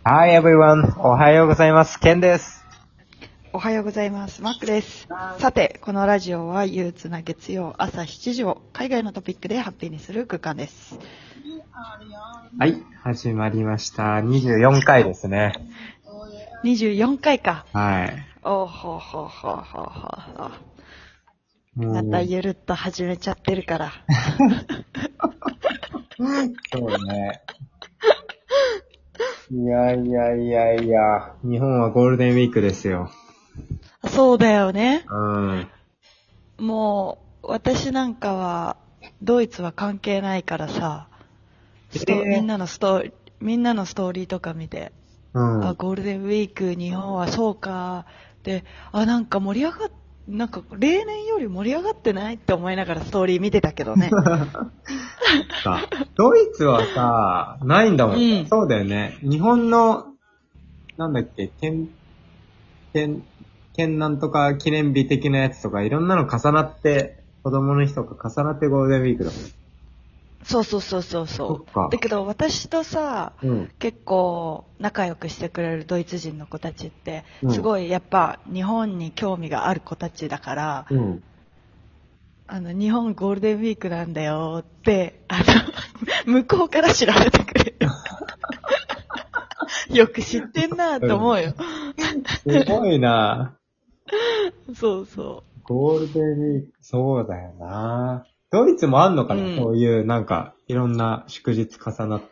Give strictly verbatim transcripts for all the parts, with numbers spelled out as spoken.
Hi everyone! おはようございます。ケンです。 おはようございます。マックです。さて、このラジオは憂鬱な月曜朝しちじを海外のトピックでハッピーにする空間です。 はい、始まりました。にじゅうよんかいですね。 にじゅうよんかいか。 はい。 おほほほほほ。 もうまたゆるっと始めちゃってるから。 そうね。いやいやいやいや、日本はゴールデンウィークですよ。 そうだよね。 うん。 もう、私なんかは、ドイツは関係ないからさ、ストえーみんなのストーリー、みんなのストーリーとか見て、 うん。 あ、ゴールデンウィーク、日本はそうか。で、あ、なんか盛り上がっ、なんか例年より盛り上がってないって思いながらストーリー見てたけどね。 さドイツはさ、ないんだもんね。 うんそうだよね。日本の、なんだっけ、県、県、県なんとか記念日的なやつとかいろんなの重なって、子供の日とか重なってゴールデンウィークだもん。 そうそうそうそうそう。 そっか。 だけど私とさ、 うん。 結構仲良くしてくれるドイツ人の子たちって、 うん。 すごいやっぱ日本に興味がある子たちだから、 うん。 あの、日本ゴールデンウィークなんだよって、あの、向こうから調べてくれる。よく知ってんなと思うよ。 すごいな。 そうそゴールデンウィーク、そうだよな。ドイツもあんのかう。うな、 ん。 そういう、なんか、いろんな祝日重なって。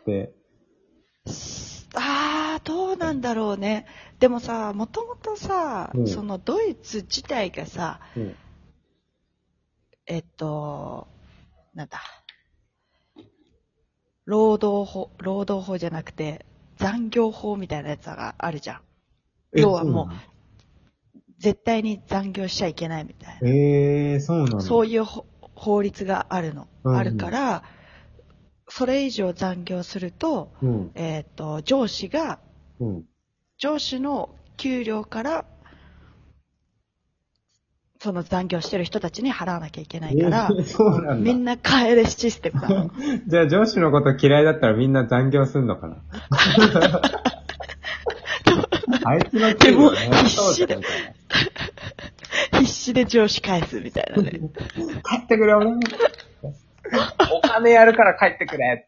あー、どうなんだろうね。でもさ、もともとさ、 うん。 そのドイツ自体がさ、 うん。 えっと、なんだ、労働法、労働法じゃなくて、残業法みたいなやつがあるじゃん。 え、 要はもそうなの？ う、絶対に残業しちゃいけないみたいな。 ええー、そうなんだ。 そういう法律があるの。あるうん。 から、それ以上残業すると、 うん。 えっと、上司が、 うん。 上司の給料からその残業してる人たちに払わなきゃいけないええから、 ー、そうもうなんだ。 みんな帰れシステムなの。 じゃあ上司のこと嫌いだったらみんな残業すんのかな？あいつの給でも料ね、 必そうじゃ死で、 んみたいな。 必死で上司返すみたいなね。 帰ってくれ、俺も。お金やるから帰ってくれって。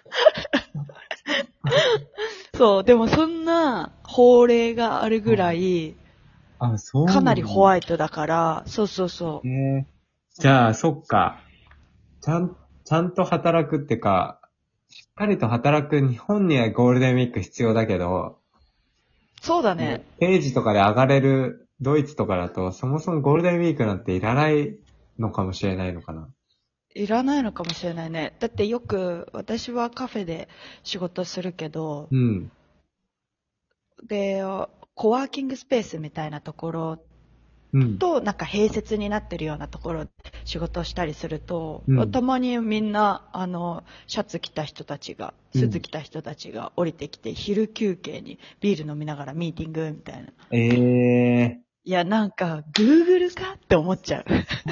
そう、でもそんな法令があるぐらい、 あ、そうなんだ。 かなりホワイトだから、そうそうそええ、じゃあ、そっか。ちゃん、ちゃんと働くってか、しっかりと働く日本にはゴールデンウィーク必要だけど、 う。そうだね。 定時とかで上がれるドイツとかだと、そもそもゴールデンウィークなんていらないのかもしれないのかな。 いらないのかもしれないね。だってよく私はカフェで仕事するけど、 うん。 で、コワーキングスペースみたいなところうん。 となんか併設になってるようなところで仕事をしたりすると、 うん。 たまにみんなあのシャツ着た人たちが、スーツ着た人たちが降りてきて、昼休憩にビール飲みながらミーティングみたいな。 ええいやなんか Google かって思っちゃう。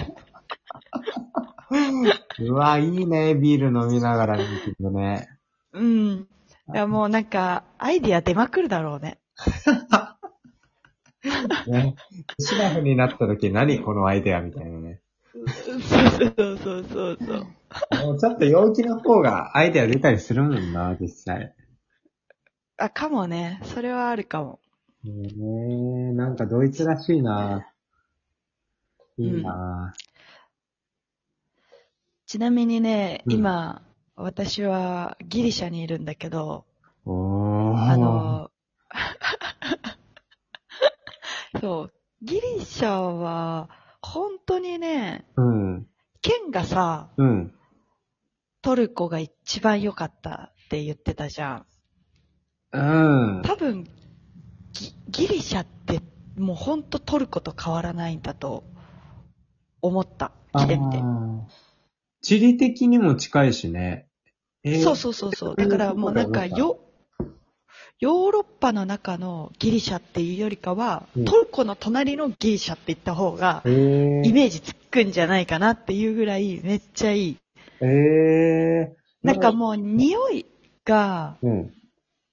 ー。うわ、いいね、ビール飲みながらミーティングね。 うん。いやもうなんかアイディア出まくるだろうね。 ね。シラフになった時何このアイデアみたいなね。 そうそうそうそうそう。 もうちょっと陽気な方がアイデア出たりするもんな、実際。 あ、かもね。それはあるかも。 ねえ、なんかドイツらしいな。いいな。 ちなみにね、 うん。 今、私はギリシャにいるんだけど、 おあー。 の、そう、ギリシャは、本当にね、 うん。 県がさ、 うん。 トルコが一番良かったって言ってたじゃん。 うん。 多分、ギギリシャってもう本当トルコと変わらないんだと思った。 あ来てみて。 あ。地理的にも近いしね。えー、 そうそうそうそう。だからもうなんかよ、ヨーロッパの中のギリシャっていうよりかは、 うん、 トルコの隣のギリシャって言った方が、 えー、 イメージつくんじゃないかなっていうぐらいめっちゃいい。 えー、 なんかもう匂いが、 うん。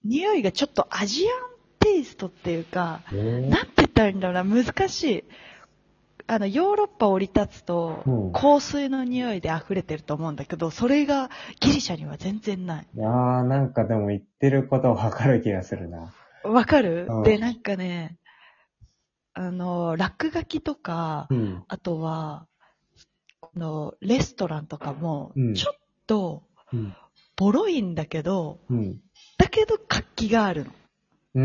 匂いがちょっとアジアンテイストっていうか、 えー、 なんて言ったらいいんだろうな、難しい。あの、ヨーロッパ降り立つと、 うん、 香水の匂いで溢れてると思うんだけど、それがギリシャには全然ない。 いやー、なんかでも言ってることわかる気がするな。 わかる、 うん、 で、なんかね、あの、落書きとか、 うん、 あとは、あの、レストランとかも、 うん、 ちょっと、 うん、 ボロいんだけど、 うん、 だけど活気があるの。 うん、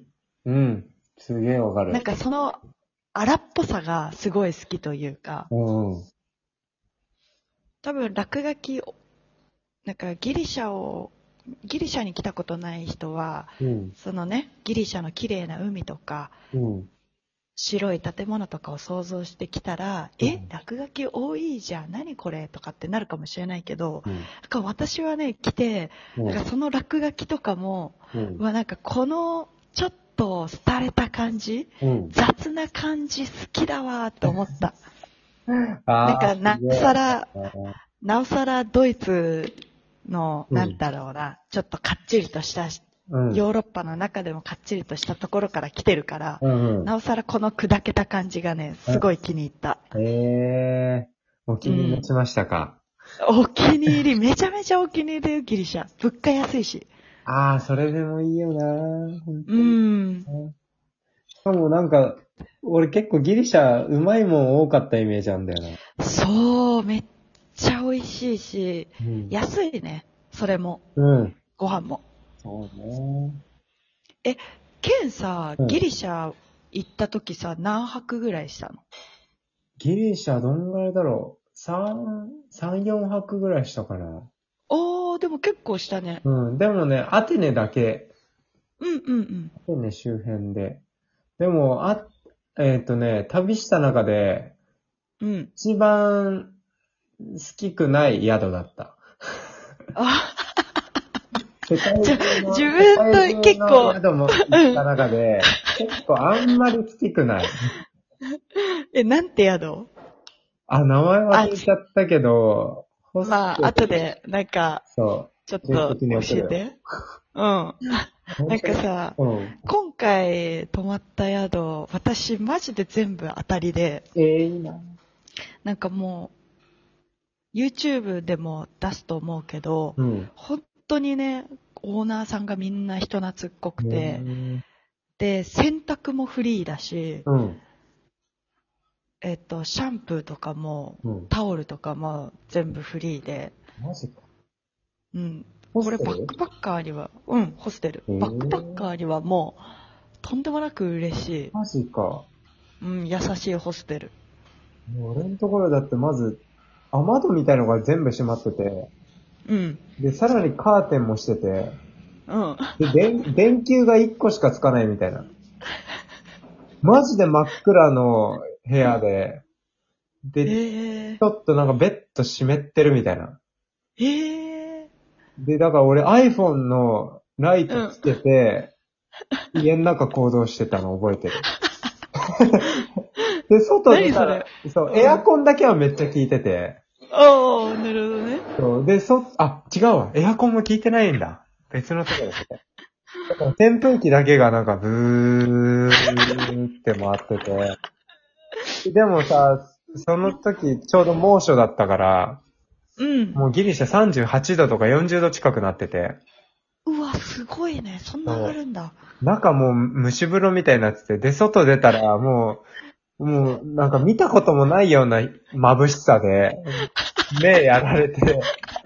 うん、すげえわかる。 なんかその荒っぽさがすごい好きというか、 うん、 多分落書き、なんかギリシャを、ギリシャに来たことない人は、 うん、 そのね、ギリシャの綺麗な海とか、 うん、 白い建物とかを想像してきたら、 うん、 え、落書き多いじゃん、何これとかってなるかもしれないけど、 うん、 なんか私はね、来て、なんかその落書きとかも、 うん、 はなんかこの、ちょっと廃れた感じ、 うん。 雑な感じ好きだわーと思った。なんあか、 ー、 なおすげえ。 さら、 あー、 なおさらドイツの、 うん、 なんだろうな、ちょっとかっちりとした、 うん、 ヨーロッパの中でもかっちりとしたところから来てるから、 うん、うん。 なおさらこの砕けた感じがね、すごい気に入った。 ええー、お気に召しましたか？ お気に入り、めちゃめちゃお気に入りよ、ギリシャ。物価安いし。 ああ、それでもいいよな、本う当に。 ん。 しかもなんか、俺結構ギリシャうまいもん多かったイメージあんだよな。 そう、めっちゃ美味しいし、 うん。 安いね。それも。 うん。 ご飯も。 そうね。 え、ケンさ、 うん。 ギリシャ行った時さ、何泊ぐらいしたの？ ギリシャどんぐらいだろう？ さん、さん、よんはくぐらいしたかな。 おー、でも結構したね。 うん。でもね、アテネだけ。 うんうんうん。 アテネ周辺で。でも、あ、えっとね、旅した中で、 うん。 一番好きくない宿だった。 あ、 世界じゃ、 中の、 自世分界中と結構、 の宿も行った中で、結構あんまり好きくない。 え、なんて宿？ あ、名前あ、 忘れちゃったけど、ホスまあ、 テル、 後で、なんか、 そう、定期ちょっと的に送るよ。 教えて。うん。なんかさ、 うん。 今回泊まった宿、私マジで全部当たりで、 ええ、いいな。 なんかもう、YouTube でも出すと思うけど、 うん。 本当にね、オーナーさんがみんな人懐っこくうて、 ん。 で、洗濯もフリーだし、 うん。 えっと、シャンプーとかも、 うん。 タオルとかも全部フリーで、 マジか。 うん。これホステル？ バックパッカーには、うん、ホステル。 ええ、 バックパッカーにはもう、とんでもなく嬉しい。 マジか。 うん、優しいホステル。 俺のところだってまず、雨戸みたいのが全部閉まってて、 うん。 で、さらにカーテンもしてて、 うん。 で、電、電球がいっこしかつかないみたいな。マジで真っ暗の部屋で、で、 えちょっとなんかベッド湿ってるみたいな。 ー、えで、だから俺 iPhone のライトつけて、家の中行動してたの覚えてる。で、外出たら、そう、エアコンだけはめっちゃ効いてて、 ー、おー、なるほどね。 そう、で、そ、あ、違うわ。エアコンも効いてないんだ。別のところで。だから扇風機だけがなんかブーって回ってて。でもさ、その時ちょうど猛暑だったから、 うん。 もうギリシャさんじゅうはちどとかよんじゅうど近くなってて、 うわ、すごいね。そんな上がるんだ。 中もう蒸し風呂みたいになってて、で、外出たらもう、もうなんか見たこともないような眩しさで、目やられて、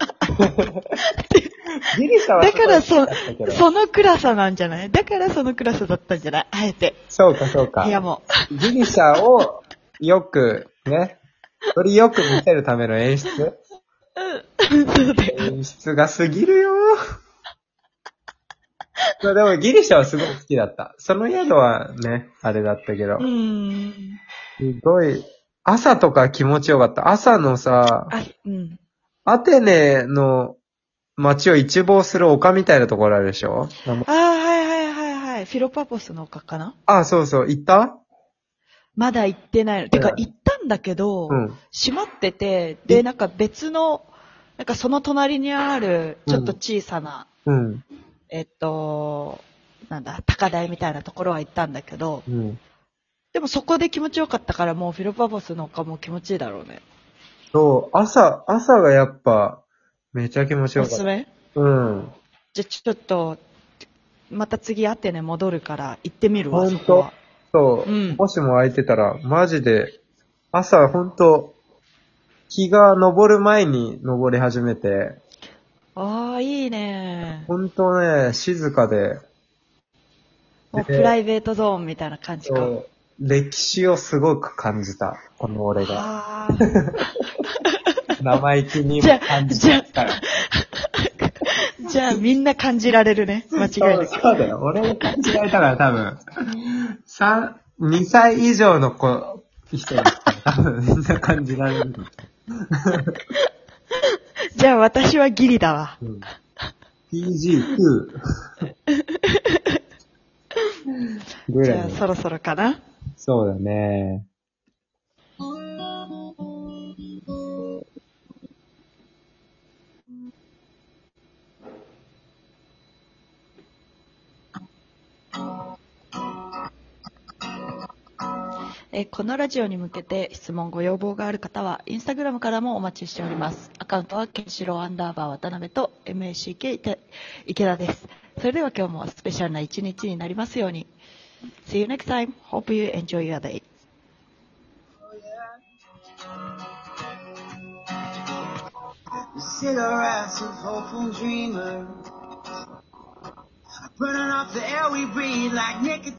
ギリシャはだからそ、 だったけどその暗さなんじゃない？だからその暗さだったんじゃない？あえて。 そうかそうか。 部屋も。 ギリシャをよくね、よりよく見せるための演出うん。そうだよ。 演出が過ぎるよそうでもギリシャはすごい好きだった。その宿はね、あれだったけど。 うーん。 すごい、朝とか気持ちよかった。朝のさ、 あ、うん。 アテネの街を一望する丘みたいなところあるでしょ？ あー、はいはいはいはい。フィロパポスの丘かな？ あ、そうそう、行った？ まだ行ってないの。てか行ったんだけど、 うん。 閉まってて、で、なんか別の、なんかその隣にある、ちょっと小さな、 うん。 えっと、なんだ、高台みたいなところは行ったんだけど、 うん。 でもそこで気持ちよかったからもうフィロパボスの丘も気持ちいいだろうね。 そう、朝、朝がやっぱ、めちゃ気持ちよかった。 おすすめ？ うん。 じゃあちょっと、また次会ってね、戻るから行ってみるわ、 ほんとそこは。 そう、 うんもしも空いてたら、マジで、朝ほんと、日が昇る前に登り始めて、 ああ、いいね。 ほんとね、静かで、 もうプライベートゾーンみたいな感じか。 そう歴史をすごく感じた、この俺が。 はあ。 生意気にもじゃあ感じじゃあたから。 じゃあみんな感じられるね。間違いそうなく。 そうだよ。俺が感じられたから多分、三、にさい以上の子、人だったら多分みんな感じられる。 じゃあ私はギリだわ。 うん、ピージーツー ぐじらい。 ゃあそろそろかな。 そうだね。 えーこのラジオに向けて質問ご要望がある方はインスタグラムからもお待ちしております。アカウントはケンシロウアンダーバー渡辺と エムエーシーケー 池田です。それでは今日もスペシャルな一日になりますように。See you next time. Hope you enjoy your day. Cigarettes of hopeful dreamers, burning off the air we breathe like nicotine.